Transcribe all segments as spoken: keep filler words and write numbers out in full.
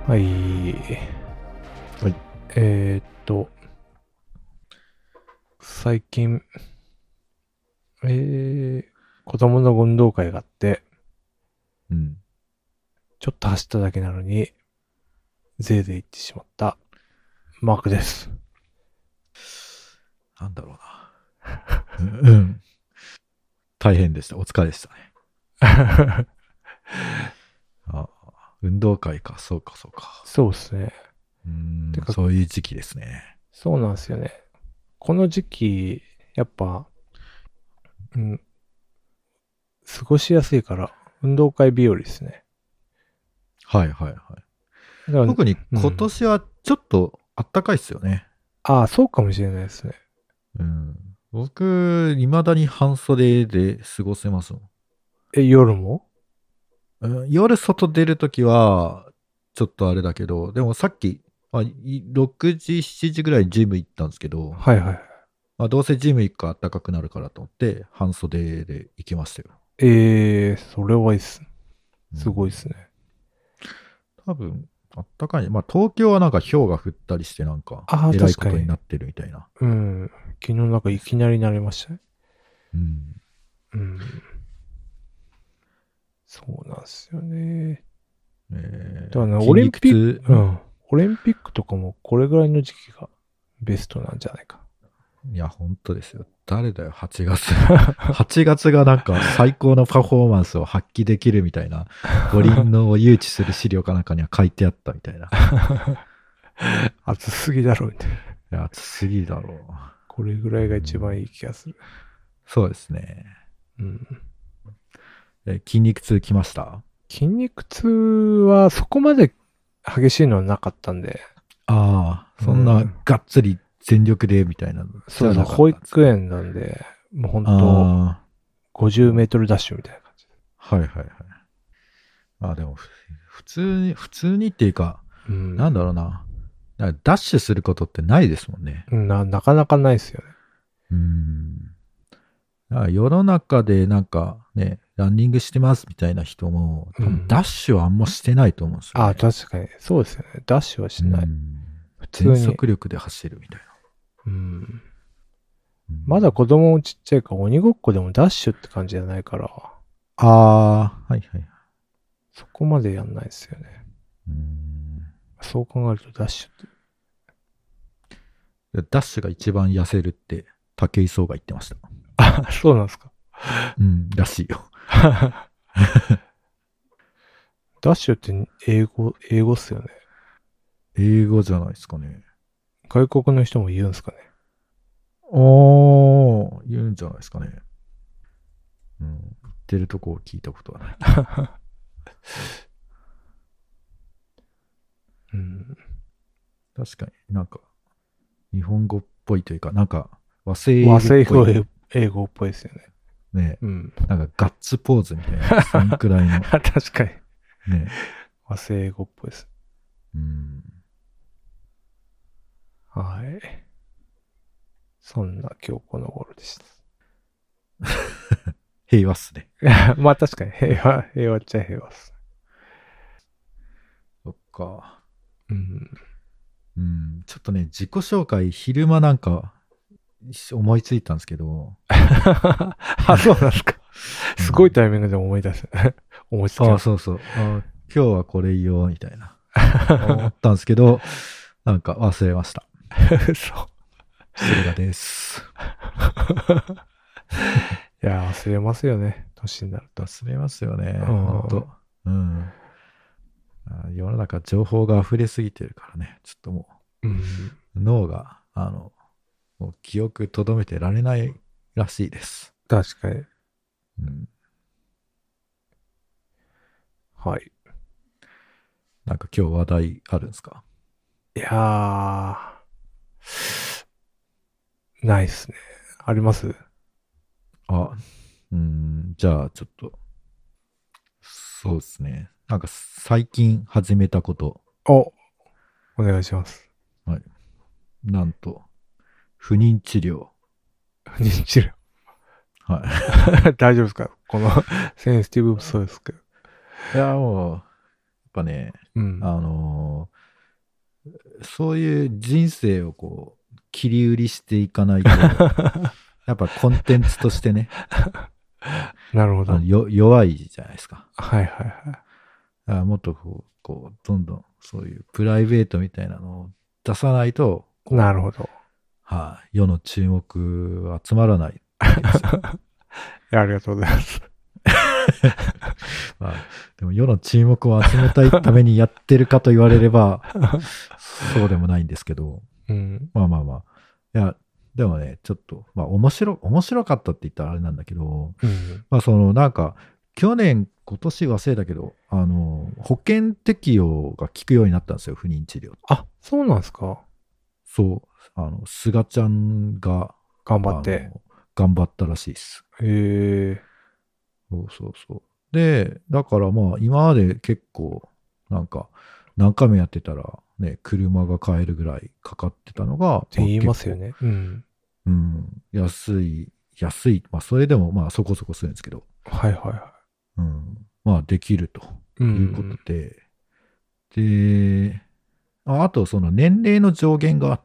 はい。 はい。 えー、っと、最近、えー、子供の運動会があって、 うん。 ちょっと走っただけなのに、ぜいぜい行ってしまったマークです。 なんだろうな。うん。大変でした。お疲れでしたね。あ、運動会か。そうか、そうか。 そうですね。 うーん、 てか、 そういう時期ですね。 そうなんですよね。この時期、やっぱ、うん、過ごしやすいから、運動会日和ですね。 はいはいはい。 だから、 特に今うん。 年はちょっとあったかいっすよね。 ああ、そうかもしれないですね。 うん。僕、未だに半袖で過ごせますもん。 え、夜もうん、夜外出るときは、ちょっとあれだけど、でもさっき、まあ、いろくじ、しちじぐらいにジム行ったんですけど、 はいはい。 まあ、どうせジム行くから暖かくなるからと思って、半袖で行きましたよ。 えー、それはいいっす。 うん、 すごいっすね。 多分、あったかいね。まあ、東京はなんか氷が降ったりして、なんか、 ああ、 えらい確かに。 ことになってるみたいな。 うん。昨日なんかいきなり慣れましたね。 うん。 うん。そうなんですよね。だからね、 えー、筋オリンピッ肉痛、 ク、うんん。オリンピックとかもこれぐらいの時期がベストなんじゃないか。 いや、本当ですよ。誰だよ、はちがつ。はちがつがなんか最高のパフォーマンスを発揮できるみたいな、五輪のを誘致する資料かなんかには書いてあったみたいな。 暑すぎだろ、みたいな。 いや、暑すぎだろう。 これぐらいが一番いい気がする。 そうですね。 うん。 え、筋肉痛きました？ 筋肉痛はそこまで激しいのはなかったんで。 ああ、そんなうん。 がっつり全力でみたいなのじそうそう、 ゃなかっ保たんですね。 育園なんで、もうほんとあごじゅうメートルダッシュみたいな感じ。 あ、はいはいはい。ああ、でもふ、普通に、普通にっていうか、 うん。 なんだろうな。だからダッシュすることってないですもんね。 な、なかなかないですよね。 うーん。だから世の中でなんかね、ランニングしてますみたいな人も、多分うん。 ダッシュはあんましてないと思うんですよああ、 ね。 確かに。そうですよね。ダッシュはしうない。 ん。 普通全に。 速力で走るみたいな。 うん。 うん、 まだ子供もちっちゃいから鬼ごっこでもダッシュって感じじゃないから、 ああ、はいはい。 そこまでやんないですよね。 うーん。 そう考えるとダッシュって。 ダッシュが一番痩せるって武井壮が言ってました。 あ、そうなんですか。 うん、らしいよ。 ダッシュって英語、英語っすよね。 英語じゃないですかね。 外国の人も言うんすかね。 おー、言うんじゃないですかね。うん、言ってるとこを聞いたことはないけど。 うん。 確かになんか、日本語っぽいというか、なんか、和製英和語っぽい。 製英英語っぽいですよね。 ね。 うん。 なんかガッツポーズみたいな、そんくらいの。 確かに。 ね。 和製英語っぽいです。 うん。 はい。そんな今日この頃でした。 平和っすね。 まあ確かに平和、平和っちゃ平和っす。 そっか。 うん。 うん。ちょっとね、自己紹介、昼間なんか、思いついたんですけど。 あ、そうなんですか。すごいタイミングで思い出す。思いつきああ、 ます。 そうそう。あ今日はこれ言おう、みたいな。思ったんですけど、なんか忘れました。 そう。 失礼がです。 いや、忘れますよね。年になると。 忘れますよね。 うん。 ほんと。うん。世の中情報が溢れすぎてるからね。ちょっともうん。 う、脳が、あの、もう記憶とどめてられないらしいです。 確かに。 うん。 はい。 なんか今日話題あるんですか？ いやー、ないっすね。あります？ あ、うん、じゃあちょっと、そうですね。なんか最近始めたこと。 お、お願いします。 はい。なんと、不妊治療。 不妊治療。 は大丈夫ですか？このセンシティブそうですけど。 い。いや、もう、やっぱね、 うん。 あのーそういう人生をこう、切り売りしていかないと、やっぱコンテンツとしてね、 なるほど。 あのよ弱いじゃないですか。 はいはいはい。 あもっとこう、こう、どんどんそういうプライベートみたいなのを出さないと、こうなるほど。 はい、世の注目は集まらない。 いや、ありがとうございます。 まあ、でも世の注目を集めたいためにやってるかと言われれば、そうでもないんですけど、 うん。 まあまあまあ。いや、でもね、ちょっと、まあ面白、面白かったって言ったらあれなんだけど、 うん。 まあそのなんか、去年、今年忘れたけど、あの、保険適用が効くようになったんですよ、不妊治療。 あ、そうなんですか。 そう、あの、菅ちゃんが、 頑張って。 あの頑張ったらしいです。 へえ。 そうそうそう。で、だからまあ、今まで結構、なんか、何回もやってたら、ね、車が買えるぐらいかかってたのが、 って言いますよね。うん。 うん、安い、安い、まあ、それでもまあ、そこそこするんですけど、 はいはいはうん、まあ、できるとい。ういうことん。 で、で、ああと、その年齢の上限があって、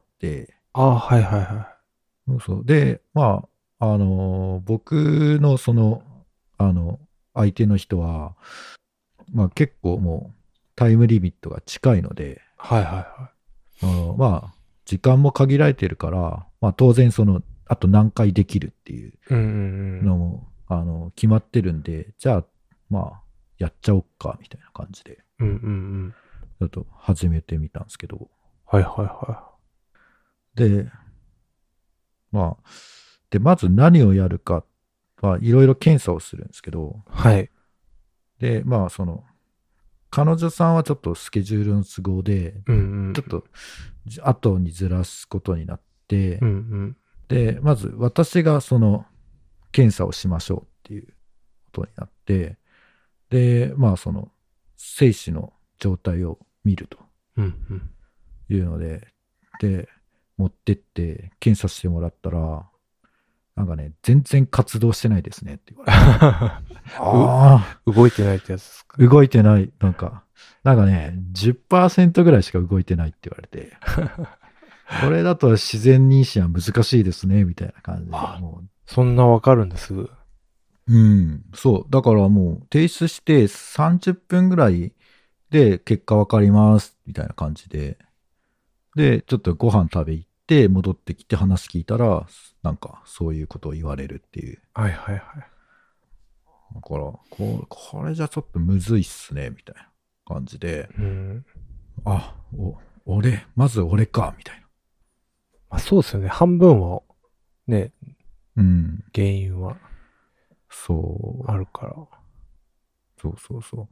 あ、はいはいはそうそう。で、まあ、あの、僕のその、あの、相手の人は、まあ結構もうタイムリミットが近いので、 い。はいはいはあのまあ、時間も限られてるから、まあ当然その、あと何回できるっていうい。うんうんのも、あの、決まってるんで、じゃあ、まあ、やっちゃおっか、みたいな感じで、 うん。うんうんうん。 ちょっと始めてみたんですけど、 はいはいはで、まあ、で、まず何をやるかはいろいろ検査をするんですけど、 い。はい。 で、まあ、その、彼女さんはちょっとスケジュールの都合で、 うんうん。 ちょっとじ後にずらすことになって、 うんうん。 で、まず私がその検査をしましょうっていうことになって、で、まあその精子の状態を見るとうんうん。 いうので、で、持ってって検査してもらったら、なんかね、全然活動してないですねって言われて。ああ、 動いてないってやつですか。 動いてない。なんか、なんかね、じゅっパーセント ぐらいしか動いてないって言われて、これだと自然妊娠は難しいですね、みたいな感じで。 あもそんなわかるんですぐ。 う、うん、そう。だからもう提出してさんじゅっぷんぐらいで結果わかります、みたいな感じで。で、ちょっとご飯食べ行って戻ってきて話聞いたら、なんかそういうことを言われるっていう。 はいはいはい。 だから、ここれじゃちょっとむずいっすね、みたいな感じで。 うん。 あ、お、俺、まず俺か、みたいな。 まあそうですよね。半分は、ね、 うん。 原因はそう。 あるから。 そうそうそう。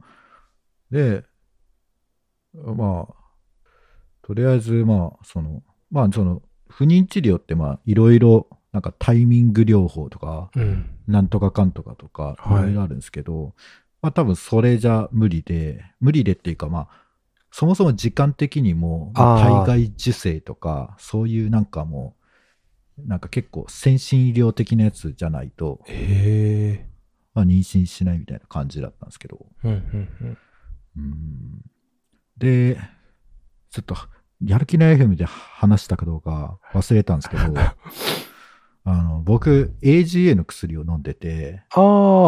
で、まあ、とりあえず、まあ、その、まあ、その、不妊治療って、まあ、いろいろ、なんかタイミング療法とか、 うん。 なんとかかんとかとか、いはいろいろあるんですけど、まあ、多分それじゃ無理で、無理でっていうか、まあ、そもそも時間的にも、まあ、 あー体外受精とか、そういうなんかもう、なんか結構先進医療的なやつじゃないと、 へえ。 まあ、妊娠しないみたいな感じだったんですけど、 うんうんうんで、ちょっと、やる気ない エフエム で話したかどうか忘れたんですけど、あの、僕、エージーエー の薬を飲んでて、 うん。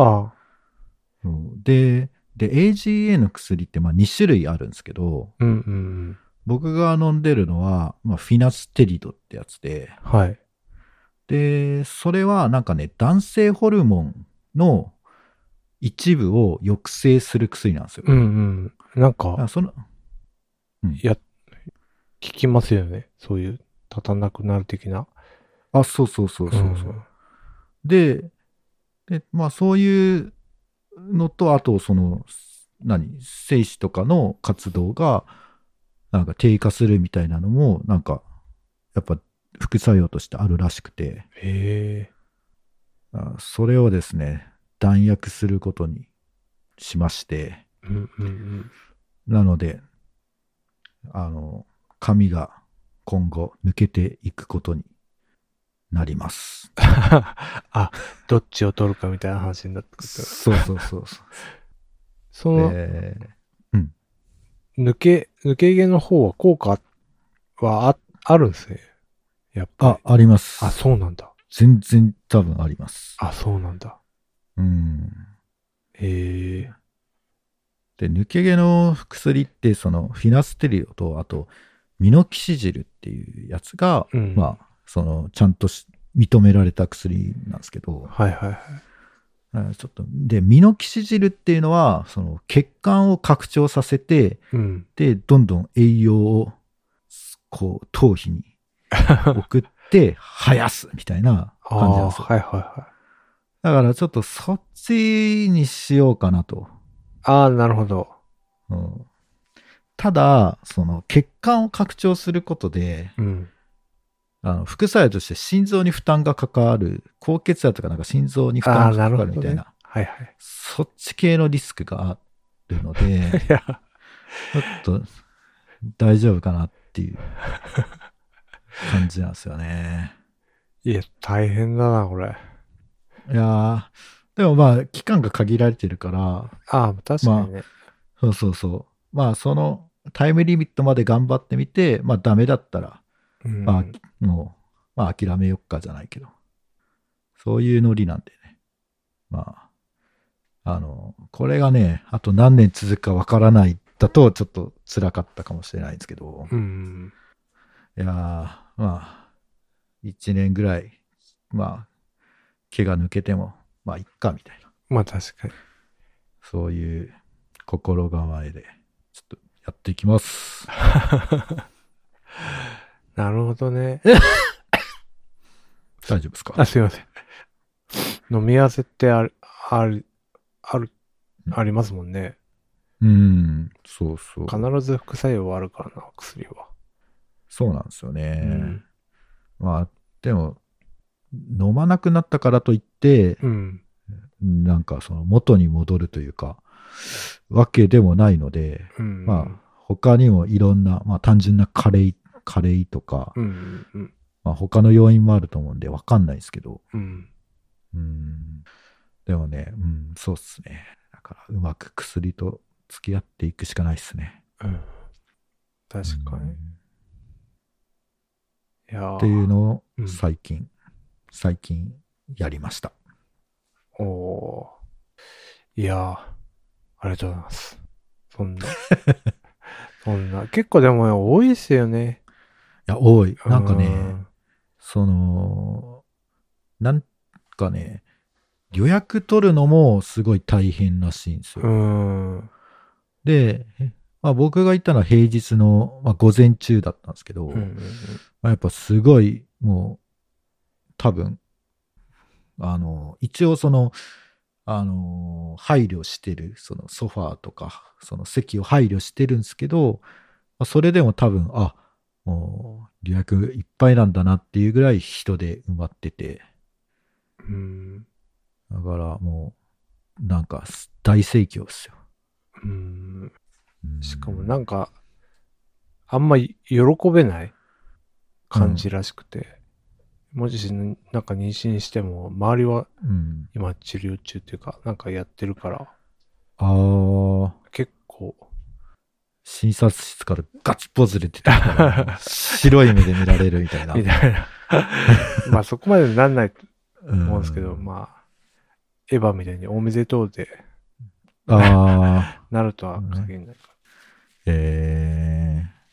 ああ。 うんで、で、エージーエー の薬ってまあに種類あるんですけど、 うんうんうん。 僕が飲んでるのは、まあ、フィナステリドってやつで、 はい。 で、それはなんかね、男性ホルモンの一部を抑制する薬なんですよ。 うんうん。なんか、 あその、うん、 や、聞きますよね。そういう、立たなくなる的な。 あ、そうそうそうそうそう。 んで、で、まあそういうのと、あとその、何、精子とかの活動が、なんか低下するみたいなのも、なんか、やっぱ副作用としてあるらしくて、 へえ。 あそれをですね、弾薬することにしまして、 うんうんうん。 なので、あの、髪が今後抜けていくことになります。 あ、どっちを取るかみたいな話になってくる。 そうそうそうそう。 その、 で、うん。 抜け、抜け毛の方は効果はあ、あるんですね。やっぱり。 あ、あります。 あ、そうなんだ。 全然多分あります。 あ、そうなんだ。 うん。 へえ。 で、抜け毛の薬って、そのフィナステリオと、あと、ミノキシジルっていうやつが、 うん。 まあ、その、ちゃんと認められた薬なんですけど、 はいはいはい。 ちょっと、で、ミノキシジルっていうのは、その血管を拡張させて、 うん。 で、どんどん栄養を、こう、頭皮に送って生やすみたいな感じなんですよ。 ああ、はいはいはい。 だからちょっとそっちにしようかなと。 ああ、なるほど。 うん、ただ、その血管を拡張することで、 うん。 あの副作用として心臓に負担がかかる、高血圧とかなんか心臓に負ああ、 担がかなるほどね。 かるみたいな、 はいはい。 そっち系のリスクがあるので、 いや、 ちょっと大丈夫かなっていう感じなんですよね。 いや、大変だな、これ。 いやー、でもまあ、期間が限られてるから、 ああ、確かにね。 そうそうそう。まあ、そのタイムリミットまで頑張ってみて、まあ、ダメだったら、 うん。 まあ、もう、まあ、諦めよっかじゃないけど、そういうノリなんでね。まあ、あの、これがね、あと何年続くかわからないだと、ちょっと辛かったかもしれないんですけど、 うん。 いやー、まあ、いちねんぐらい、まあ、毛が抜けても、まあ、いっか、みたいな。 まあ確かに。 そういう心構えで、ちょっとやっていきます。 なるほどね。 大丈夫ですか？ あ、すいません。飲み合わせってある、ある、ある、ありますもんね。 うん、そうそう。 必ず副作用はあるからな、薬は。 そうなんですよね。 うん。 まあ、でも、飲まなくなったからといって、 うん。 なんかその元に戻るというか、わけでもないので、 うん。 まあ、他にもいろんな、まあ単純な加齢、加齢とか、 うん。うん。 まあ他の要因もあると思うんでわかんないですけど、 うん。 うん、でもね、うん、そうっすね。だからうまく薬と付き合っていくしかないっすね。 うん。確かに。 うんいやーっていうのをうん。 最近、最近やりました。 おー。いやー、ありがとうございます。そんな、そんな。結構でも多いですよね。 いや、多い。 うなんかね、 ん。 その、なんかね、予約取るのもすごい大変らしいんですうよ。 ん。 で、まあ、僕が行ったのは平日の、まあ、午前中だったんですけど、 うんうんまあ、やっぱすごい、もう、多分、あの、一応その、あの、配慮してる、そのソファーとか、その席を配慮してるんですけど、まあ、それでも多分、あ、もう予約いっぱいなんだなっていうぐらい人で埋まってて、 うん。 だからもう、なんか大盛況ですよ。 うん。 うんしかもなんか、あんま喜べない感じらしくて、もしなんか妊娠しても、周りはうん。 今治療中っていうか、なんかやってるから、 ああ、 結構、 診察室からガチポズれてたから、白い目で見られるみたいな。 みたいな。まあそこまでなんないとうん思うんですけど、まあ、エヴァみたいにおめでとうでああ、 なるとは限らないから。 ええ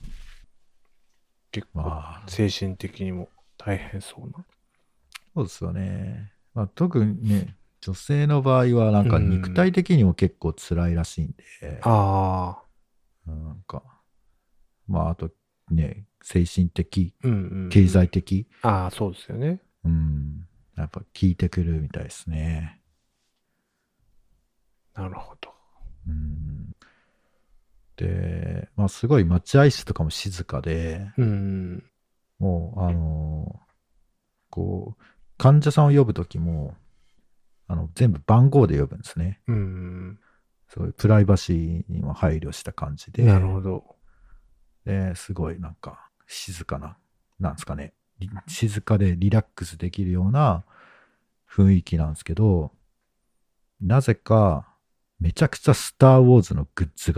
結構、 まあ、 精神的にも大変そうな。 そうですよね。まあ、特にね、女性の場合はなんかうん肉体的にも結構辛いらしいんで、 ああ、 なんか、まあ、あとね、精神的、 うんうんうん。 経済的、 ああ、そうですよね。 うん、やっぱ効いてくるみたいですね。 なるほど。 うんで、まあ、すごい待合室とかも静かで、 うん。 もう、あのーこう、患者さんを呼ぶときも、あの、全部番号で呼ぶんですね。 うん。 そういうプライバシーにも配慮した感じで、 なるほど。 ですごいなんか静かな、なんですかね、リ静かでリラックスできるような雰囲気なんですけど、なぜかめちゃくちゃスター・ウォーズのグッズがあるっ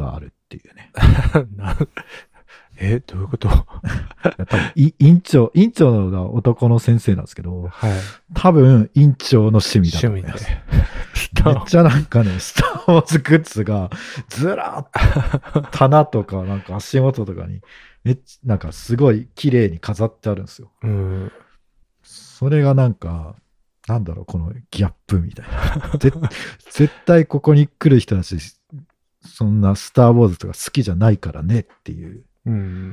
っていうね。 なえ、どういうこと多分い院長、院長のが男の先生なんですけど、 はい。 多分院長の趣味だと思い趣味ます。 で。 めっちゃなんかね、スター・ウォーズグッズがずらーっと棚とかなんか足元とかにめっちゃなんかすごい綺麗に飾ってあるんですよ。 うん。 それがなんか、なんだろう、このギャップみたいな。ぜ絶対ここに来る人たち、そんなスター・ウォーズとか好きじゃないからねっていう。 うん。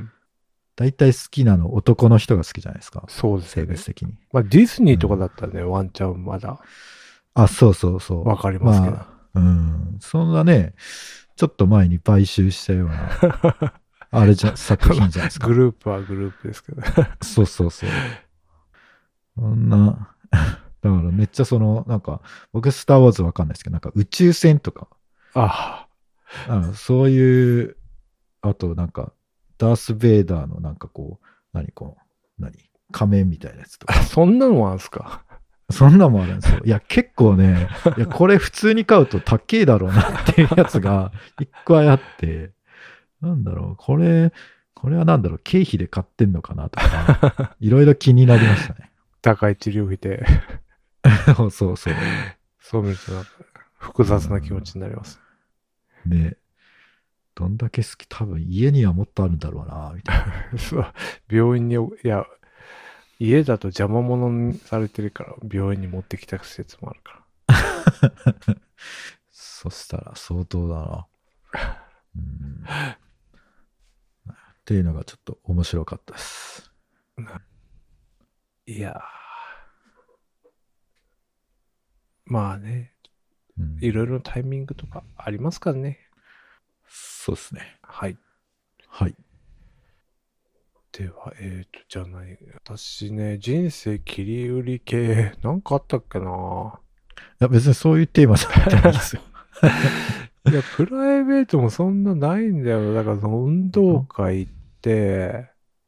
大体好きなの男の人が好きじゃないですか。 そうですよね。 生物的に。 まあ、ディズニーとかだったらね、ワンチャンまだあ、そうそうそう。 わかりますけど。 まあ、うん。そんなね、ちょっと前に買収したような、あれじゃ、作品じゃないですか。 グループはグループですけど。 そうそうそう。そんな、だからめっちゃその、なんか、僕スター・ウォーズわかんないですけど、なんか宇宙船とか、 ああのそういう、あとなんか、ダース・ベイダーのなんかこう、何こう、何仮面みたいなやつとあ、 か。 そんなのもあるんですか。 そんなもんあるんですよ。いや、結構ね、いや、これ普通に買うと高えだろうなっていうやつが一個あって、なんだろう、これ、これはなんだろう、経費で買ってんのかなとか、いろいろ気になりましたね。 高い治療費で。 そうそうそう。 そう見るとなんか複雑な気持ちになります。 ね、どんだけ好き、多分家にはもっとあるんだろうな、みたいな。 そう。病院に、いや、家だと邪魔者にされてるから、病院に持ってきた施設もあるかそしたら相当だな。うんっていうのがちょっと面白かったです。 ら。いやー、まあね、 うんいろいろタイミングとかありますからね。 そうですね。 はい。 はい。 では、えーと、じゃあ何私ね、人生切り売り系、なんかあったっけないや、別にそういうテーマじゃなくてもいいですよ。 いや、プライベートもそんなないんだよ。だからその運動会行って、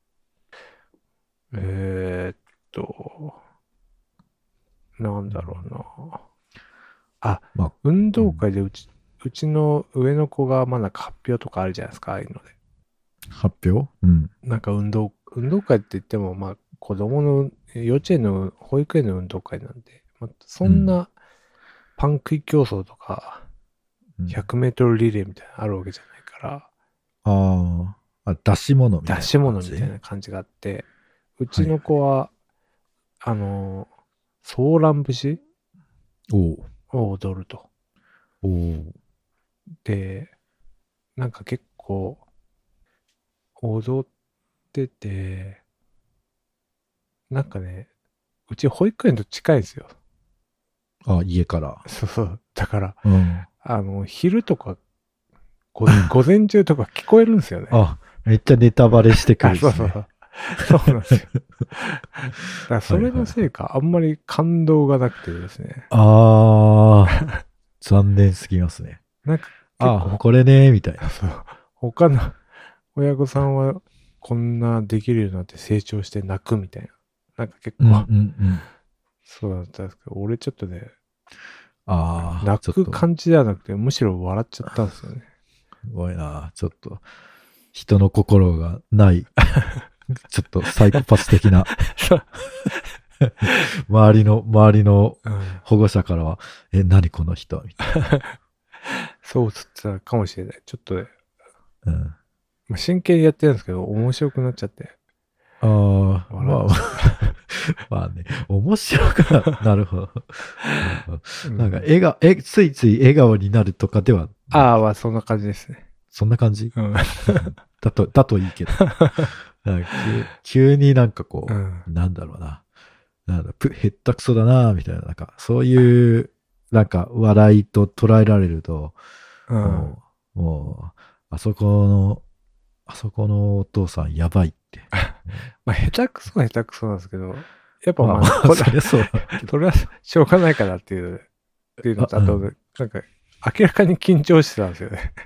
えーっと、なんだろうな。あ、 まあ、 運動会でうち、うちの上の子がまあなんか発表とかあるじゃないですか、ああいうので。 発表うん。 なんか運動、運動会って言ってもまあ子供の幼稚園の、保育園の運動会なんで、まあ、そんなパン食い競争とか、 うんひゃくメートルリレーみたいなのあるわけじゃないから、 ああ、あ、出し物みたいな感じ。 出し物みたいな感じがあって、うちの子は、あの、ソーラン節おうを踊ると。 おうで、なんか結構、踊ってて、なんかね、うち保育園と近いんですよ。 あ、家から。 そうそう。だから、 うん。 あの、昼とか、ご午前中とか聞こえるんですよね。 あ、めっちゃネタバレしてくるあ、 んですね。 そうそうそう。そうなんですよ。だからそれのせいか、あんまり感動がなくてですね。 ああ、残念すぎますね。 なんか、 あ、これね、みたいな。 そう。他の親御さんはこんなできるようになって成長して泣くみたいな。なんか結構、 うんうんうん。 そうだったんですけど、俺ちょっとね、 ああ、 泣ちょっと、 く感じではなくて、むしろ笑っちゃったんですよね。 すごいな。ちょっと、人の心がない、ちょっとサイコパス的な、 そう。 周りの、周りのうん、 保護者からは、え、何この人みたいそうつってたかもしれない。ちょっとね、 な。うん、 まあ、真剣にやってるんですけど、面白くなっちゃって。 ああ、まあ笑っ、 まあね、面白くななるほど。 うんなんか、笑顔、え、ついつい笑顔になるとかでは、 ああ、まあそんな感じですね。 そんな感じうん。 だと、だといいけど。なんか急急になんかこう、 うんなんだろうな。なんだ、ぷへったくそだな、みたいな、なんか、そういう、なんか、笑いと捉えられると、 うん。 もう、もう、あそこの、あそこのお父さんやばいって。 まあ下手くそは下手くそなんですけど、やっぱまあ、 まあ、まあ、 これそりゃそうだけど。 それはしょうがないかなっていう、っていうのと、あと、 あうんなんか、明らかに緊張してたんですよね。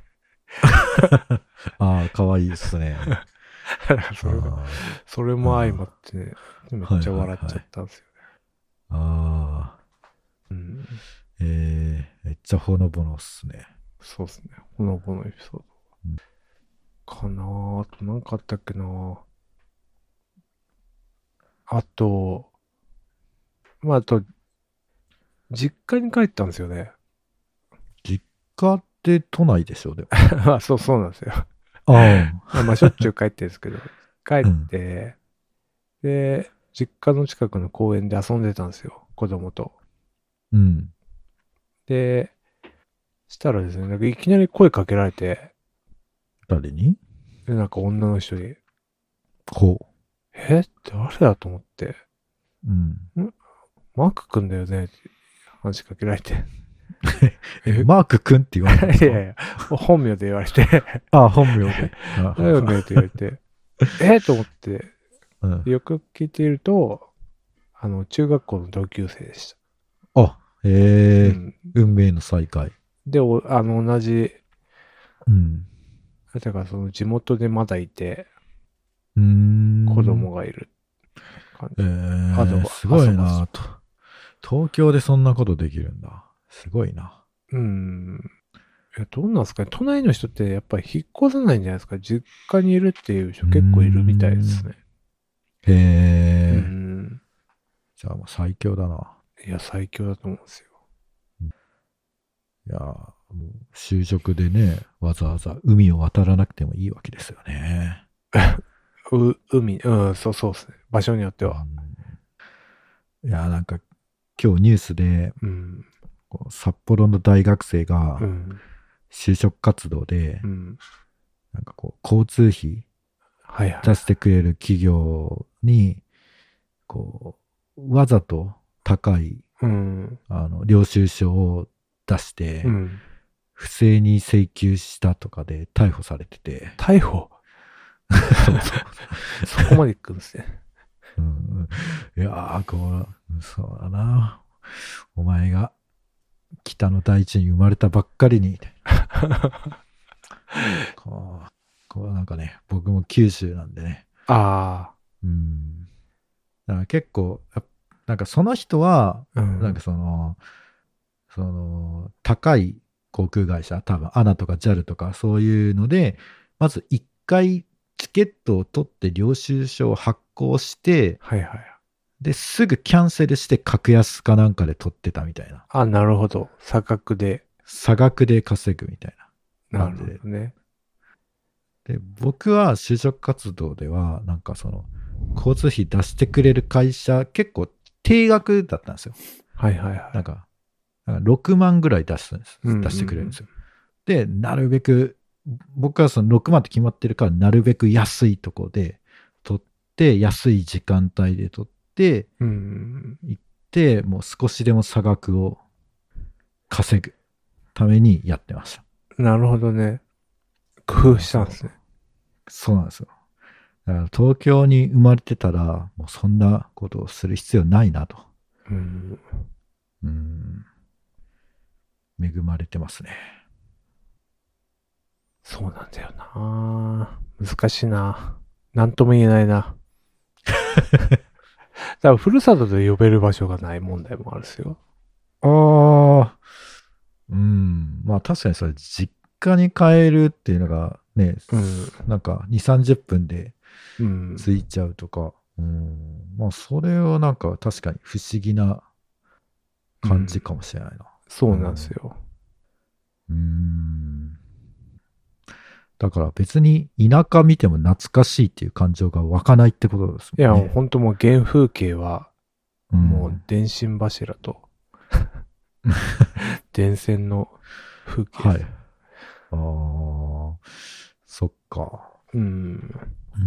ああ、かわいいですね。 だからそれが、 あそれも相まってね、めっちゃ笑っちゃったんですよね。 ーあー、 うん。 えー、めっちゃほのぼのっすね。 そうですね。ほのぼのエピソード。 うかなぁ。あと何かあったっけなぁ。あと、まあ、あと、実家に帰ったんですよね。 実家って都内でしょ、でも。 まあ、そう、そうなんですよ。 ああ。 まあ、しょっちゅう帰ってるんですけど、帰っうん。 て、で、実家の近くの公園で遊んでたんですよ。子供と。 うん。 で、したらですね、なんかいきなり声かけられて、 誰に？ で、なんか女の人に、 ほえ誰だと思って、 う。うん。 んマークくんだよねって話しかけられて。 え、 え、 マークくんって言われたんですか？ いやいや、本名で言われて、 ああ、本名で。あだよねって言われて、えと思って、 うん。 よく聞いていると、あの、中学校の同級生でした。 あ、へえ、 うん。 運命の再会。 で、おあの、同じ、 うん。 だからその地元でまだいて、 うー子ん。 供がいる感えじ。アドー、 バ、 すアソバソ。 ごいな。と東京でそんなことできるんだ。すごいな。 うん。いや、どうなんですかね。都内の人ってやっぱり引っ越さないんじゃないですか。実家にいるっていう人うー結構いるみたいですん。 ね。 へうえ。 ん。 じゃあもう最強だな。 いや、最強だと思うんですよ。 いやー、もう就職でね、わざわざ海を渡らなくてもいいわけですよね。 う、海、うん、そうそうですね。場所によっては。 うん、いやー、なんか今日ニュースで、 うん。 こう札幌の大学生うがん。 就職活動で、 うん。 なんかこう交通費はいはい。 出してくれる企業に、こう、わざと高い、 うん。 あの、領収書を出して、 うん。 不正に請求したとかで逮捕されてて、 逮捕そうそう。 そこまで行くんですね。 うん、いやー、こう、そうだな。お前が北の大地に生まれたばっかりに、みたいな。こう、こうなんかね、僕も九州なんでね。 あうん。だから結構、やっなんかその人は、 あ。うん。 なんかその、その、高い航空会社、多分 エーエヌエー とか ジャル とかそういうので、まず一回チケットを取って領収書を発行して、 はいはい。 で、すぐキャンセルして格安かなんかで取ってたみたいな。 あ、なるほど。差額で。 差額で稼ぐみたいななる感じで。 ほどね。 で、僕は就職活動では、なんかその、交通費出してくれる会社、結構定額だったんですよ。 はいはいはい。 なんか、なんかろくまんぐらい出すんですうんうんうん出してくれるんですよ。で、なるべく、僕はそのろくまんって決まってるから、なるべく安いとこで取って、安い時間帯で取って、 うんうん行って、もう少しでも差額を稼ぐためにやってました。 うん。なるほどね。工夫したんですね。 そうなんですよ。だから東京に生まれてたら、もうそんなことをする必要ないなと。 うん。 うん。恵まれてますね。 そうなんだよな。難しいな。なんとも言えないな。だから、ふるさとで呼べる場所がない問題もあるんですよ。 ああ、うん。まあ確かにそれ、実家に帰るっていうのがね、 うん。 なんかに、さんじゅっぷんでうん。 着いちゃうとか、うん。まあそれはなんか確かに不思議な感じかもしれないな。 そうなんですよ。 うん。うんだから別に田舎見ても懐かしいっていう感情が湧かないってことですいや、 もんね。 ほんともう原風景は、 うんもう電信柱と電線の風景です。 はい。ああ、そっか。 うん。 うん、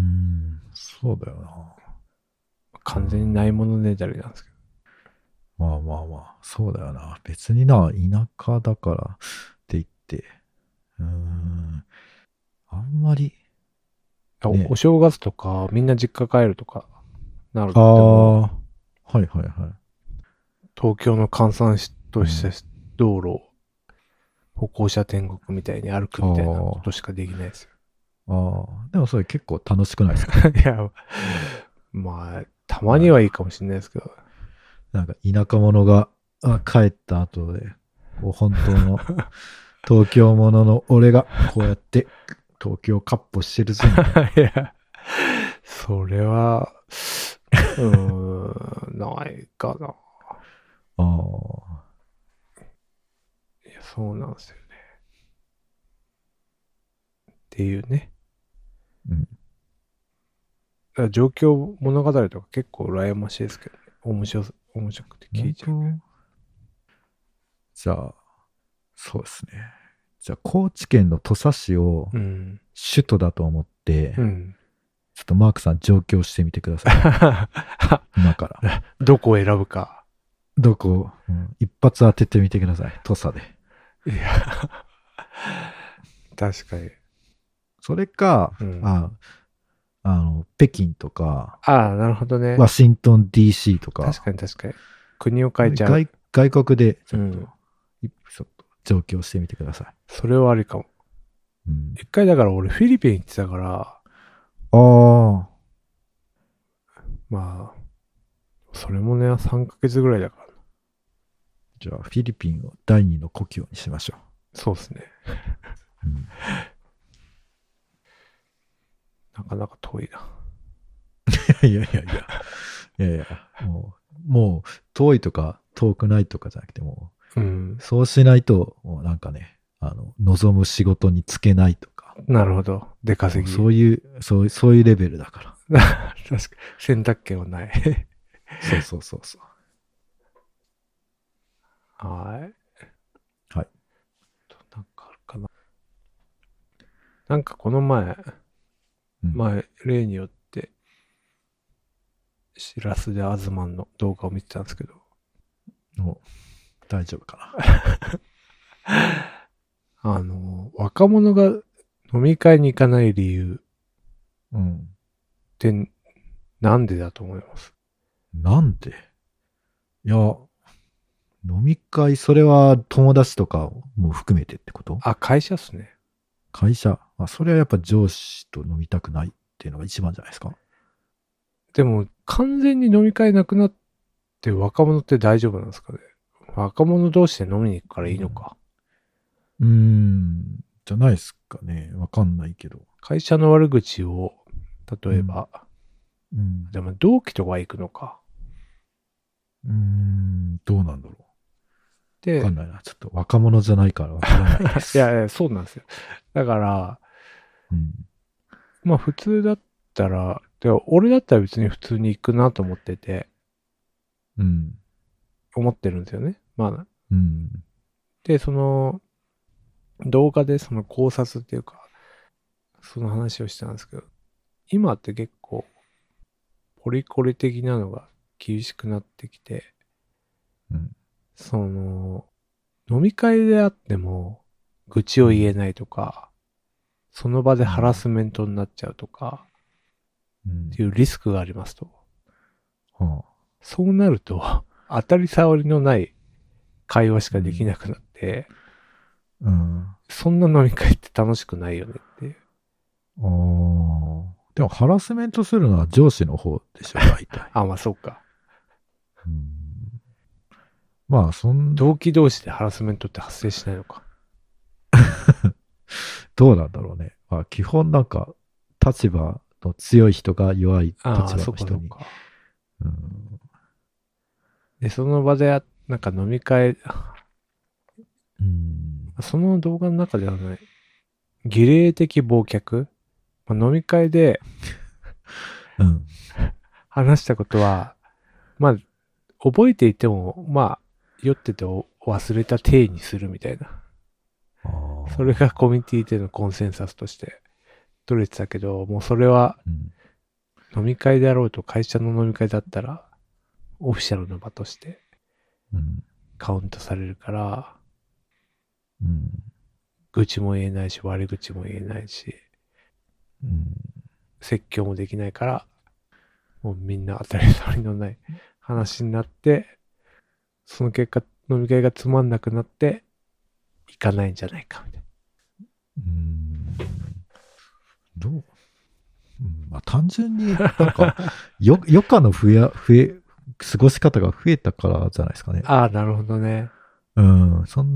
そうだよな。 完全にないものねだりなんですけまあまあまあ、そうだよな。別にな、田舎だからって言って、うーん、あんまり、 ど。 ね。 お正月とか、みんな実家帰るとかなるあと、であ、 も、 はいはいはい。 東京の閑散としうんた道路を歩行者天国みたいに歩くみたいなこあとしかできないですあ、ああ、でもそれ結構楽しくないですか？ よ。いや、まあ、たまにはいいかもしれないですけど。 なんか田舎者があ帰った後で、こう本当の東京者の俺がこうやって東京カッポしてるぞ。 いや、それは、うーん、ないかな。 ああ。 いや、そうなんですよね。っていうね。 うん。 だから状況物語とか結構羨ましいですけどね。面白す、面白くて聞いちゃう。 本当じゃあ、そうですね。じゃあ、高知県の土佐市をうん。 首都だと思って、 うん。 ちょっとマークさん上京してみてください。今から。 どこを選ぶか。 どこ、うん一発当ててみてください。土佐で。 いや、確かに。 それか、 うんああの、北京とか、 ああ、なるほどね。 ワシントン ディーシー とか、 確かに確かに。国を変えちゃう。 外外国でちょっと、 うん一ちょっと上京してみてください。 それはありかも。 うん、 一回だから俺フィリピン行ってたから、 ああ、 まあ、それもね、さんかげつぐらいだから。 じゃあフィリピンを第二の故郷にしましょそうですね。 う。うんなかなか遠いな。 いやいやいや。いやいや、もう、もう、遠いとか遠くないとかじゃなくてもうんう、。そうしないと、もうなんかね、あの、望む仕事に就けないとか、 なるほど。出稼ぎ。 そういう、そうそういうレベルだか確かに。選択権はない。 ら。そうそうそうそう。 はい。 はい。 なんかあるかな。なんかこの前、 うん前、例によって、しらすでアズマンの動画を見てたんですけど、 もう大丈夫かあの、若者が飲み会に行かない理由な。うん。 ってなんでだと思います？ なんでいや、飲み会、それは友達とかも含めてってことあ、会社っすね。 会社。まあ、それはやっぱ上司と飲みたくないっていうのが一番じゃないですか。 でも、完全に飲み会なくなって若者って大丈夫なんですかね？若者同士で飲みに行くからいいのか。 うーん、じゃないですかね。わかんないけど。 会社の悪口を、例えば、 うん。 でも同期とか行くのか。 うーん、どうなんだろう。 で、 わかんないな。ちょっと若者じゃないからわからないです。 いやいや、そうなんですよ。だから、 うん。 まあ普通だったら、で俺だったら別に普通に行くなと思ってて、 うん。 思ってるんですよね。まあ、 うん。 で、その、動画でその考察っていうか、その話をしてたんですけど、今って結構、ポリコレ的なのが厳しくなってきて、 うん。 その、飲み会であっても、愚痴を言えないとか、その場でハラスメントになっちゃうとか、 うんっていうリスクがありますと。 はそうなると、当たり障りのない会話しかできなくなって、 あ、うん。 そんな飲み会って楽しくないよねっていう。 ああ。でもハラスメントするのは上司の方でしょ、大体。 あ、まあそうか。 うんまあ、そん、 同期同士でハラスメントって発生しないのか。 どうなんだろうね。まあ、基本なんか、立場の強い人が弱い立ああ、 場のそっかそ人に。 っか。 うんで、その場であ、なんか飲み会、 うん。 その動画の中ではね、儀礼的忘却、まあ、飲み会でうん。 話したことは、まあ、覚えていても、まあ、酔ってて忘れた体にするみたいな。 あーそれがコミュニティでのコンセンサスとして取れてたけど、もうそれはうん。 飲み会であろうと会社の飲み会だったら、オフィシャルの場としてうん。 カウントされるから、 うん。 愚痴も言えないし、悪口も言えないし、 うん。 説教もできないから、もうみんな当たり障りのない話になって、その結果、飲み会がつまんなくなって、行かないんじゃないか、みたいうん。どううんまあ、単純に、なんか、よ、余暇の増え、増え、過ごし方が増えたからじゃないですかね。 な。ああ、なるほどね。 うん。そんな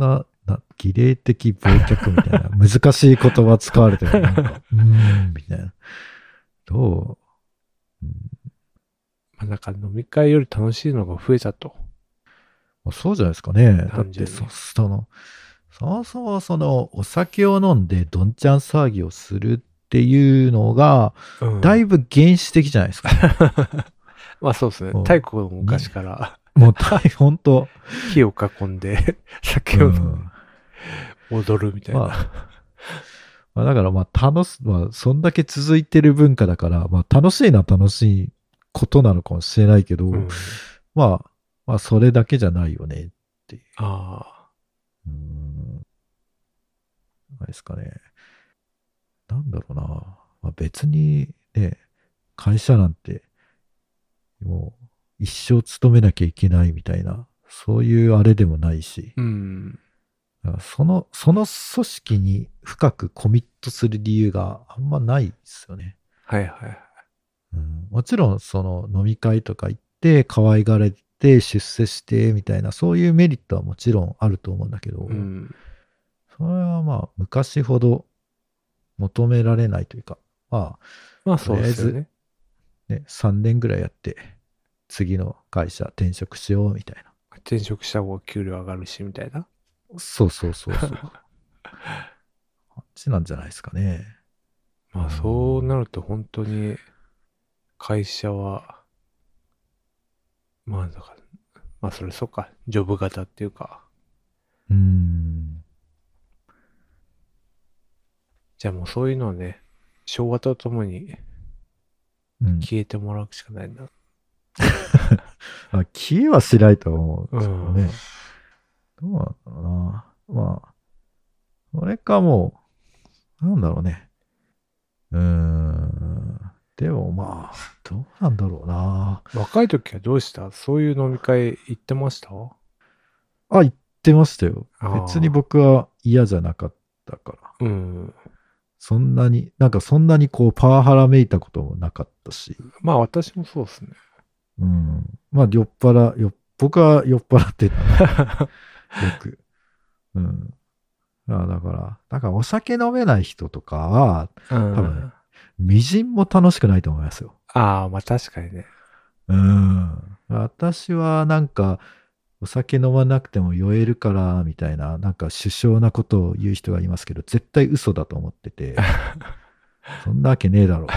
な儀礼的忘却みたいな難しい言葉使われてる。なんか、うーん、みたいな。どう、うん、 まあなんか飲み会より楽しいのが増えたと。 まあそうじゃないですかね。だって単純に。 そ、その、そもそもそのお酒を飲んでどんちゃん騒ぎをするっていうのが、 うん。 だいぶ原始的じゃないですか。 まあそうですね。 もう太古の昔からもう大、本当火を囲んで酒を飲んでうん。 踊るみたいまあ、 な。 まあだからまあ楽し、まあそんだけ続いてる文化だから、まあ楽しいのは楽しいことなのかもしれないけど、 うん。 まあ、まあそれだけじゃないよねっていう。 あうーん。あれですかね。なんだろうな。まあ、別にね、会社なんてもう一生勤めなきゃいけないみたいな、そういうあれでもないし、 あ。うん。 だからその、その組織に深くコミットする理由があんまないですよね。 はいはい。 うん、もちろん、その飲み会とか行って、可愛がれて出世してみたいな、そういうメリットはもちろんあると思うんだけど、 うん。 それはまあ、昔ほど求められないというか、まあ、とまあそうりあえず、 ですよね。 ね、さんねんぐらいやって、次の会社転職しようみたいな。 転職した方が給料上がるし、みたいな。 そうそうそうそう。あっちなんじゃないですかね。うまあそうなると本当に会社は、まあだから、まあそれそうか、ジョブ型っていうか、 ーん。 じゃあもうそういうのはね、昭和とともにうん。 消えてもらうしかないな。 あ、消えはしないと思うんうん。 ですけどね。どうなんだろうな。まあ、それかもう、なんだろうね。うーん。でもまあ、どうなんだろうな。 若い時はどうした？そういう飲み会行ってました？ あ、言ってましたよ。別にあ僕は嫌じゃなかったから。 あ、うん。 そんなに、なんかそんなにこうパワハラめいたこともなかったし。 まあ私もそうですね。 うん。まあ、酔っ払、よ、僕は酔っ払ってたんで、よく。うん。あだから、だからお酒飲めない人とかは、 う多分ね、 ん。 みじんも楽しくないと思いますよ。 ああ、まあ確かにね。 うん。私はなんか、お酒飲まなくても酔えるから、みたいな、なんか首相なことを言う人がいますけど、絶対嘘だと思ってて、そんなわけねえだろ。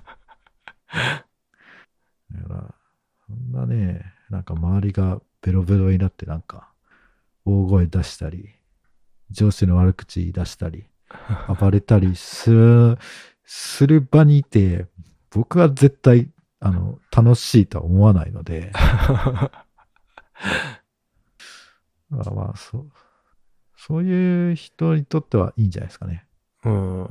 だから、そんなね、なんか周りがベロベロになってなんか、大声出したり、上司の悪口言い出したり、暴れたりする、する場にいて、僕は絶対、あの、楽しいとは思わないので、まあまあ、そう、そういう人にとってはいいんじゃないですかね。 うん。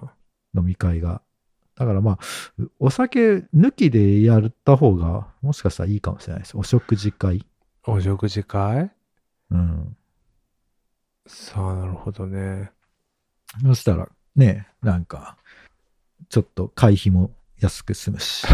飲み会が。だからまあ、お酒抜きでやった方が、もしかしたらいいかもしれないです。お食事会。 お食事会？ うん。 さあ、なるほどね。 そしたら、ね、なんか、ちょっと会費も安く済むし。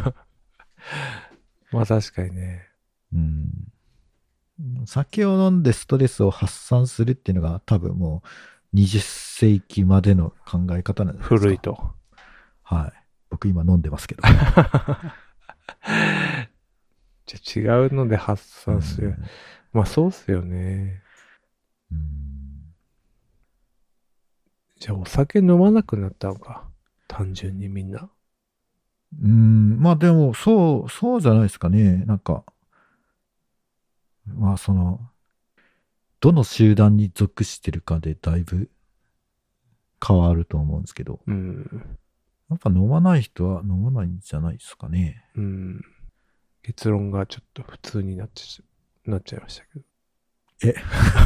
まあ確かにね。 うん。酒を飲んでストレスを発散するっていうのが多分もうにじゅっせいきまでの考え方なんじゃないですか。 古いと。 はい。僕今飲んでますけど。 じゃあ違うので発う散する。 ん。 まあそうっすよね。 うんじゃあお酒飲まなくなったのか。単純にみんな。 うんまあでも、そう、そうじゃないですかね。なんか、まあその、どの集団に属してるかでだいぶ変わると思うんですけど、 うん。 やっぱ飲まない人は飲まないんじゃないですかね。 うん。結論がちょっと普通になっちゃ、なっちゃいましたけど。 え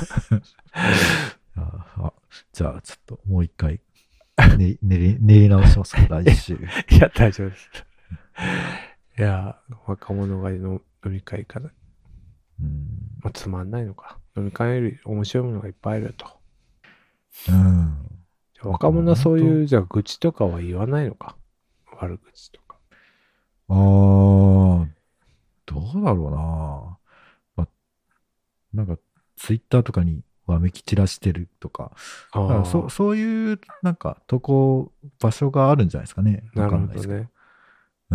ああじゃあちょっともう一回、ね、練り、練り直しますか、来週。 いや、大丈夫です。いや、若者がの飲み会かな。 うんまあ、つまんないのか。飲み会より面白いものがいっぱいあるよと。 うんじゃあ若者はそう本いう、じゃあ愚痴とかは言わないのか。悪口とか。 当ああ、どうだろうな。ま、なんか、ツイッターとかにわめき散らしてるとか、だからそあそういうなんかとこ、場所があるんじゃないですかね。 あ、なわかるほどんないですけど。 ね。 うん。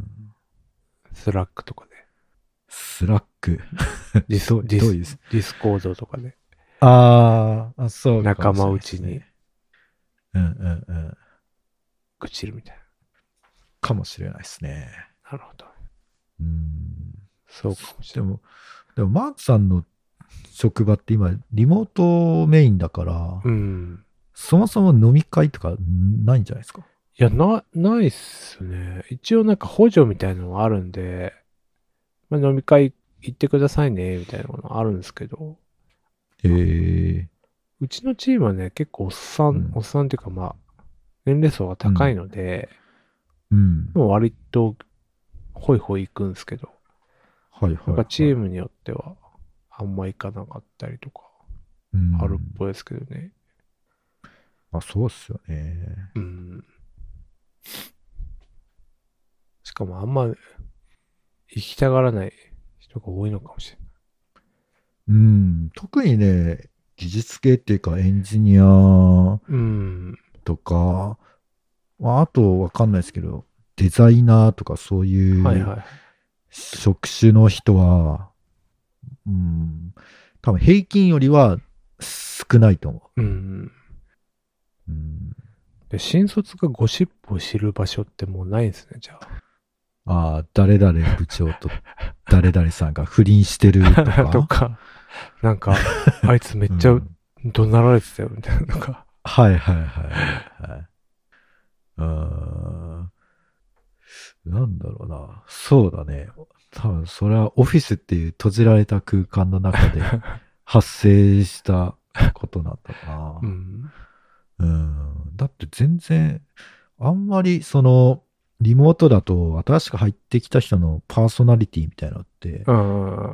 スラックとかで。 スラック。 ディス、 どう、 ディス、 どういうです？ ディスコードとかで。 あーあ、そうか仲間もしれないで内にすね。うんうんうん。 愚痴るみたいかもしれないですね。 な。なるほど。 うん。 そうかもしれない。 でも、でもマークさんの職場って今、リモートメインだから、 うん。 そもそも飲み会とかないんじゃないですか？ いや、な、ないっすね。一応なんか補助みたいなのがあるんで、まあ、飲み会行ってくださいね、みたいなのがあるんですけど、 へえ。 うちのチームはね、結構おっさん、 うんおっさんっていうかまあ、年齢層が高いので、 うん。 もう割とホイホイ行くんですけど、 はいはい、 なんはい。 かチームによってはあんま行かなかったりとかうんあるっぽいですけどね。 あ、そうっすよね。 うん。しかもあんま行きたがらない人が多いのかもしれない。 うん。特にね、技術系っていうかエンジニアうん。 とか、まあ、あとわかんないですけど、デザイナーとかそういうはいはい。 職種の人は、うん、多分平均よりは少ないと思うん。 う。うん、 で、新卒がゴシップを知る場所ってもうないんですね、じゃああ、誰々部長と誰々さんが不倫してるとあ。 か。 とか、なんか、あいつめっちゃうん怒鳴られてたよ、みたいなのか。 はいはいはいはいはい。うーん。なんだろうな。そうだね。多分それはオフィスっていう閉じられた空間の中で発生したことなんだな。 うん。 うん。だって全然、あんまりその、リモートだと新しく入ってきた人のパーソナリティみたいなのって、 うん。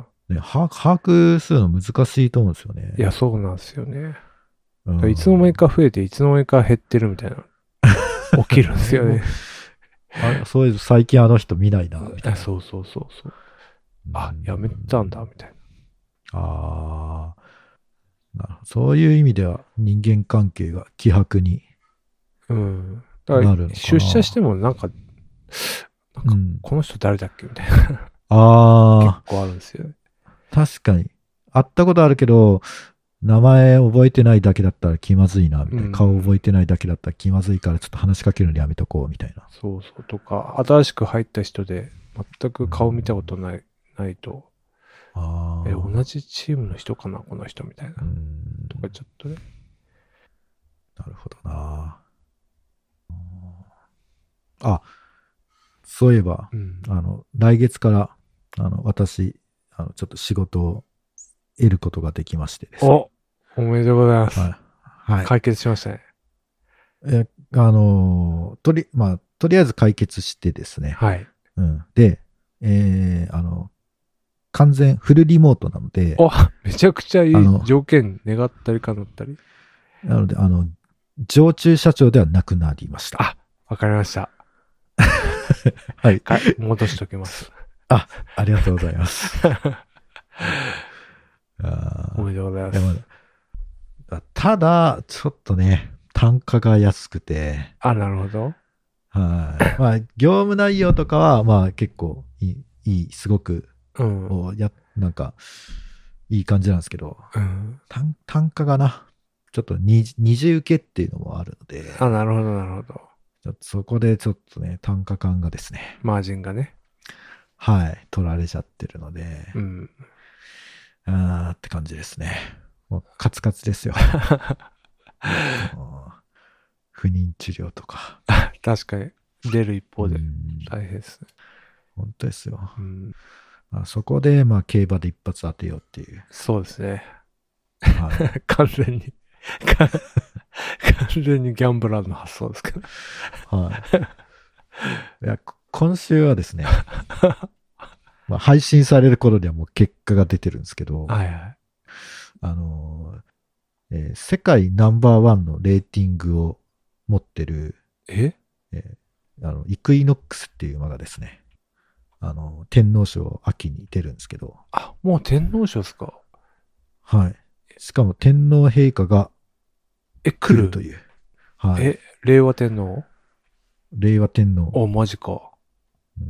ね、把握把握するの難しいと思うんですよね。 いや、そうなんですよね。 うんいつの間にか増えて、いつの間にか減ってるみたいな、起きるんですよね。 あれ、そういう最近あの人見ないな、みたいな。 あそうそうそうそう。あ、 うんやめたんだ、みたいああ、なるほどそういう意味では人間関係が希薄にな。うん。だから、 なるのかな。 出社してもなんか、なんか、 うん、 この人誰だっけみたいな。結あ構あるんですよね。 あ、確かに。会ったことあるけど、名前覚えてないだけだったら気まずいな、みたいな。 うん顔覚えてないだけだったら気まずいからちょっと話しかけるのやめとこう、みたいな。 そうそう。とか、新しく入った人で、全く顔見たことない、ないと、 ああ。 え、同じチームの人かな、この人みたいな。 うんとか、ちょっとね。 なるほどな。あ、そういえば、 うん。 あの、来月から、あの、私、あの、ちょっと仕事を得ることができましてですね。 おおめでとうございます。 はい。はい。 解決しましたね。 え、あのーとり、まあ、とりあえず解決してですね。 はい。 うん。で、えー、あの、完全フルリモートなので、 おめちゃくちゃいいあの条件願ったり叶ったり。 なので、あの、常駐社長ではなくなりました。 あ、わかりました。 はい。 か戻しときます。 ありがとうございます。あーおめでとうございま。 ですもただ、ちょっとね、単価が安くて、 あ、なるほど。 はい。まあ、業務内容とかは、まあ結構いい、いい、すごく、 うん。 こうや、なんか、いい感じなんですけど、 うん。 単単価がな、ちょっと二二重受けっていうのもあるので、 あ、なるほど、なるほど。 ちょっとそこでちょっとね、単価感がですね、 マージンがね。 はい、取られちゃってるので、 うん。 あーって感じですね。もうカツカツですよ。もう不妊治療とか。 確かに、出る一方でうん大変ですね。 本当ですよ。 うん。 まあ、そこで、まあ、競馬で一発当てようっていう。 そうですね。 はい、 完全に完全にギャンブラーの発想ですけど。 はい。いや、こ今週はですね、まあ、配信される頃にはもう結果が出てるんですけど、 はいはい。 あのーえー世界ナンバーワンのレーティングを持ってる、 ええーあの、イクイノックスっていう馬がですね、あの、天皇賞秋に出るんですけど、 あ、もう天皇賞ですか？ はい。 しかも天皇陛下がえ、来る来るという。はい。 え、令和天皇令和天皇。 お、マジか。 うん、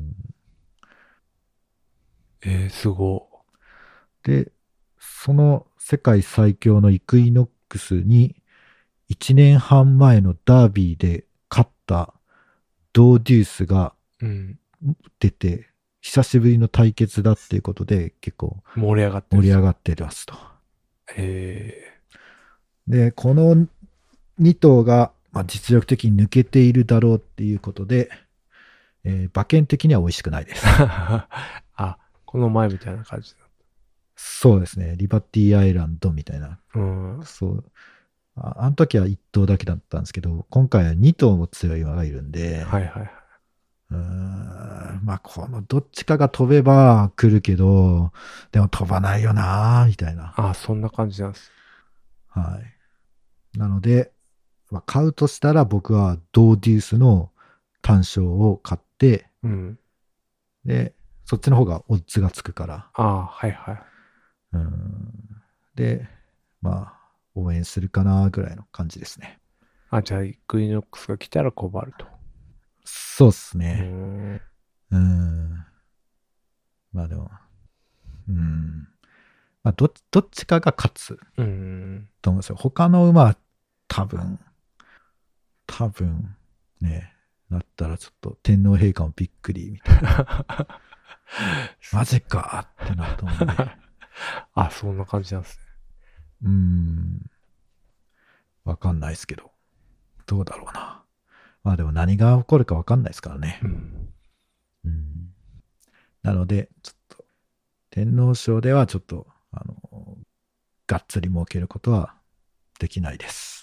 えー、すごで、その世界最強のイクイノックスにいちねんはん前のダービーで勝ったドーデュースがい。うん。 出て、久しぶりの対決だっていうことで結構盛り上がってる。 盛り上がってますと。 えで、このに頭がまあ実力的に抜けているだろうっていうことで、えー馬券的には美味しくないです。 ー、あ、この前みたいな感じだ。 そうですね。リバティアイランドみたいな。 うん。 そう。ああの時はいっ頭だけだったんですけど、今回はに頭も強い馬がいるんで、 はいはいはい。 うーん、まあ、このどっちかが飛べば来るけど、でも飛ばないよな、みたいな。 あ、そんな感じなんです。 はい。なので、まあ、買うとしたら僕はドーデュースの単勝を買って、 うん。 で、そっちの方がオッズがつくから。 あ、はいはい。 うんで、まあ、応援するかな、ぐらいの感じですね。 あ、じゃあ、イクイノックスが来たら困ると。 そうっすうーね。 ん。 うん。まあでも、うん。まあど、どっちかが勝つうーん。 と思うんですよ。他の馬は多分、多分、ね、なったらちょっと天皇陛下もびっくりみたいな。マジかってなると思うんで。 あ、そんな感じなんですね。 うーん。わかんないですけど。どうだろうな。まあでも何が起こるかわかんないですからねう。ん。 うん。なので、ちょっと、天皇賞ではちょっと、あの、がっつり儲けることはできないです。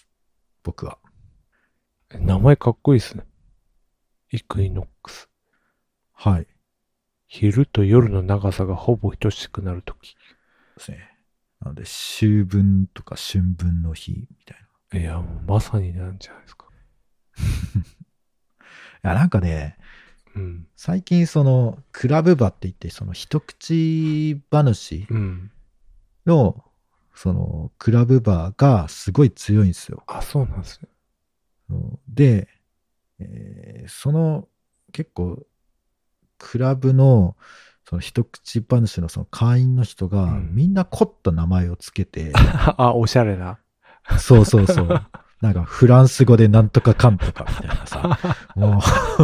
僕は。 名前かっこいいですね。イクイノックス。 はい。 昼と夜の長さがほぼ等しくなるとき。 ですね。なので、秋分とか春分の日みたいな。 いや、もうまさになんじゃないですか。 いや、なんかね、 うん。 最近その、クラブ馬って言って、その一口馬主うん。 の、その、クラブ馬がすごい強いんですよ。 あ、そうなんですね。 で、えーその、結構、クラブの、その一口馬主のその会員の人が、 うんみんな凝った名前をつけて、 あ、おしゃれな。 そうそうそう。なんかフランス語でなんとかかんとかみたいなさ。もう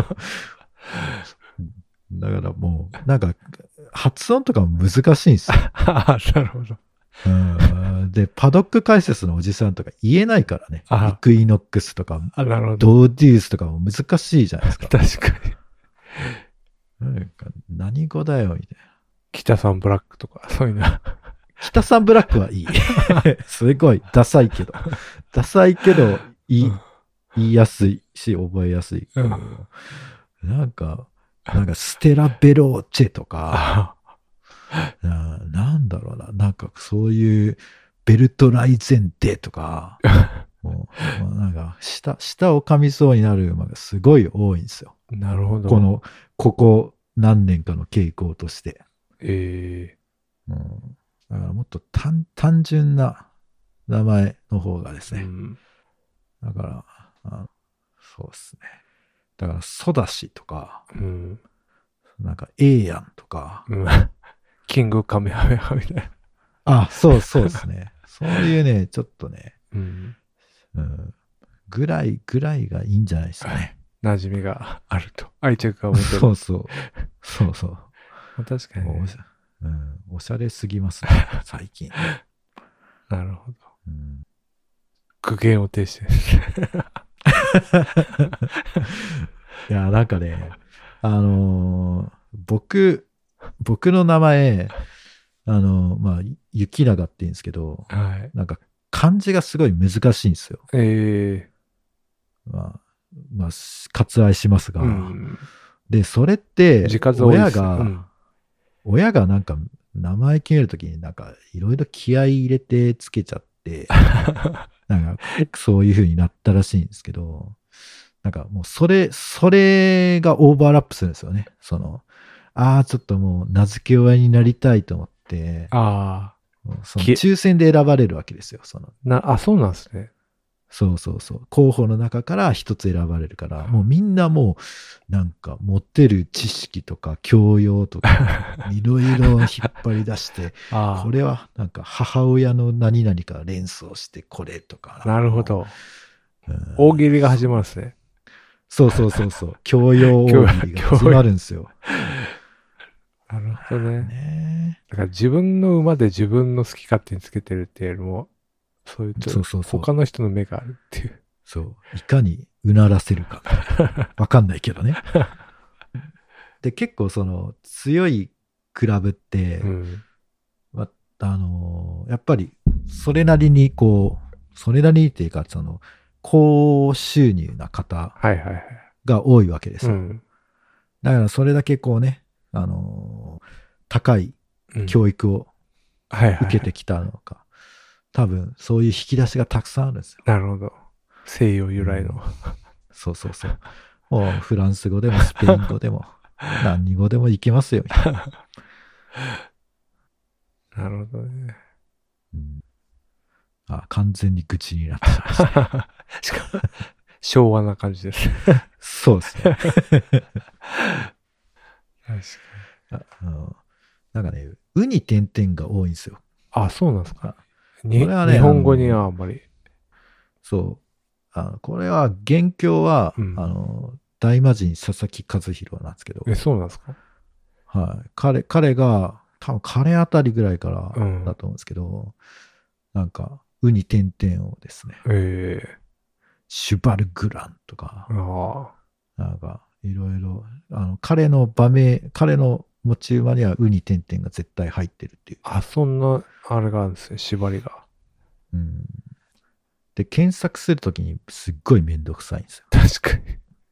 だからもう、なんか発音とかも難しいんですよ。 あ、なるほど。 うんで、パドック解説のおじさんとか言えないからね。 あイクイノックスとか、 あ、なるほど。 ドーデュースとかも難しいじゃないですか。 確かに。 なんか何語だよ、みたいな。 北さんブラックとか、そういうの。 北さんブラックはいい。すごい、ダサいけど。ダサいけど、言い、言いやすいし、覚えやすい。 うんなんか、なんかステラベローチェとか、 あななんだろうな、なんかそういうベルトライゼンデとか、もう、もうなんか舌、舌を噛みそうになる馬がすごい多いんですよ。 なるほど。 この、ここ何年かの傾向として。 えうん、だからもっと単単純な名前の方がですね。 えうん。 だから、あそうですね。だから、ソダシとか、 うん。 なんか、エーヤンとか、 うん。キングカメハメハみたいな。 あ、そうそうですね。そういうね、ちょっとね、 うん。 うん、ぐらい、ぐらいがいいんじゃないですかね。 馴染みがあると。愛着が持てる。 そうそう。そうそう。 確かに、ねおしゃ、うん、おしゃれすぎますね、最近。 なるほど。 うん苦言を呈して。 いや、なんかね、あのー僕、僕の名前、あのーまあ、雪永って言うんですけど、 はい。 なんか漢字がすごい難しいんですよ。 ええまあ、まあ、割愛しますが、 うん。 で、それって字、数多いです親が、 うん。 親がなんか名前決めるときになんかいろいろ気合い入れてつけちゃって、なんかそういう風になったらしいんですけど、なんかもうそれ、それがオーバーラップするんですよね。その、ああ、ちょっともう名付け親になりたいと思って、 あその抽選で選ばれるわけですよ。そのな、あ、そうなんですね。 そうそうそう。候補の中から一つ選ばれるから、もうみんなもう、なんか持ってる知識とか教養とか、いろいろ引っ張り出して、 あこれはなんか母親の何々から連想してこれとか。 あ、なるほど。 うん、 大喜利が始まるんですね。 そうそうそうそう。教養大喜利が始まるんですよ。 なるほどね。 ねだから自分の馬で自分の好き勝手につけてるっていうよりも、そういうそうそうそう。 他の人の目があるっていう。 そう。いかにうならせるかみたいな。わかんないけどね。で、結構その強いクラブって、 うん、 まあのーやっぱりそれなりにこう、それなりにっていうか、その、高収入な方はいはいはい。 が多いわけですよ。 うん、 だからそれだけこうね、あのー高い教育をはいはい、 受けてきたのか、多分そういう引き出しがたくさんあるんですよ。 なるほど。西洋由来の。 うん、そうそうそう。もうフランス語でもスペイン語でも何語でもいけますよ。 なるほどね。 うん、あ、完全に愚痴になってしまいましたね。 しかも、昭和な感じです。 そうですね。 確かああのなんかね、ウに点々が多いんですよ。 あ、そうなんですか。にこれはね、 日本語にあのはあんまり。 そう。あのこれは、元凶は、 うんあの、大魔神佐々木和弘なんですけど、 え、そうなんですか。 はい。彼、彼が、多分彼あたりぐらいからうんだと思うんですけど、なんか、ウに点々をですね、 ええシュバルグランとか、 ああ。 なんか、いろいろ、あの、彼の場名、彼の持ち馬にはウに点々が絶対入ってるっていう。 あ、そんな、あれがあるんですね、縛りが。 うん。で、検索するときにすっごいめんどくさいんですよ。 確かに。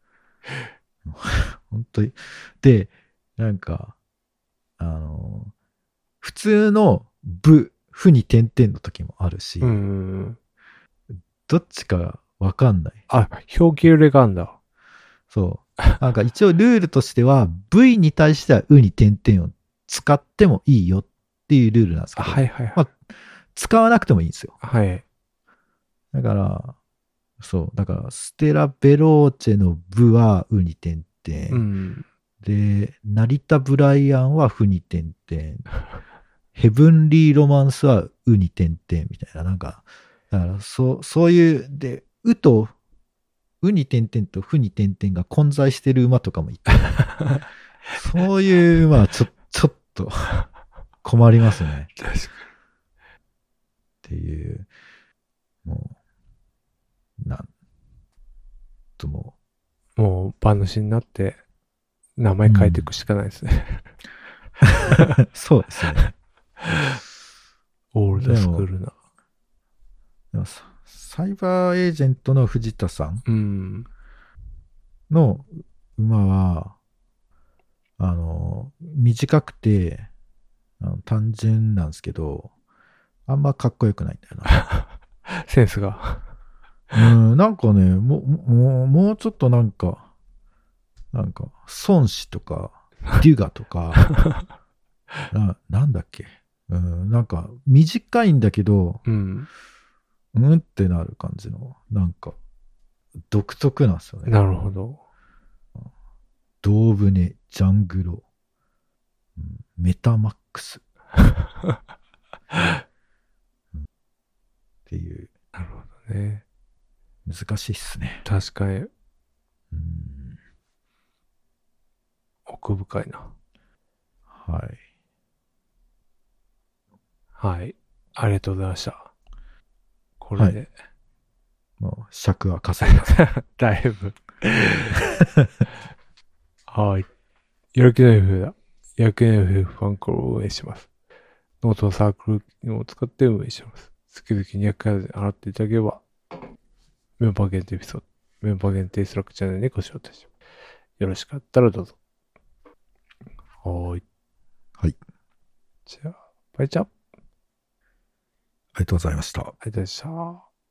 本当に。で、なんか、あの、普通の部、負に点々の時もあるし、 うん。 どっちかわかんない。 あ、表記揺れがあるんだ。 そう。なんか一応ルールとしては、V に対してはうに点々を使ってもいいよっていうルールなんですけあ、 ど、 はいはいはい。 まあ、使わなくてもいいんですよ。 はい。 だから、そう。だから、ステラ・ベローチェの部はうに点々。 うん。 で、成田ブライアンは負に点々。ヘブンリーロマンスはうに点々みたいな、なんか、だからそう、そういう、で、うと、うに点々と負に点々が混在してる馬とかもいて、そういう馬はちょ、ちょっと困りますね。 確かっていう、もう、なんともに。もう、馬主になって、名前変えていくしかないですね。 う、そうですね。 オールドスクールな。 でもササイバーエージェントの藤田さんうん。 の馬は、あの、短くて、あの単純なんですけど、あんまかっこよくないんだよな。 センスが。 うん、なんかね、も、もう、もうちょっとなんか、なんか、孫子とか、デュガとか、な、なんだっけ。うん、なんか、短いんだけど、 うん。 うんってなる感じの、なんか、独特なんですよね。 なるほど。 ドーブネ、ジャングロ、うんメタマックスっていう、 なるほどね。 難しいっすね。 確かに、 うん、 奥深いな。 はい。 はい。ありがとうございました。これで。 もう、尺は稼ぎます。 だいぶ。はい。やる気ない夫婦だ。やる気ない夫婦ファンクルを運営します。ノートのサークルを使って運営しています。月々にひゃくえん払っていただければ、メンバー限定エピソード、メンバー限定スラックチャンネルにご招待します。よろしかったらどうぞ。はーい。 はい。 じゃあ、バイチャー。 ありがとうございました。 ありがとうございました。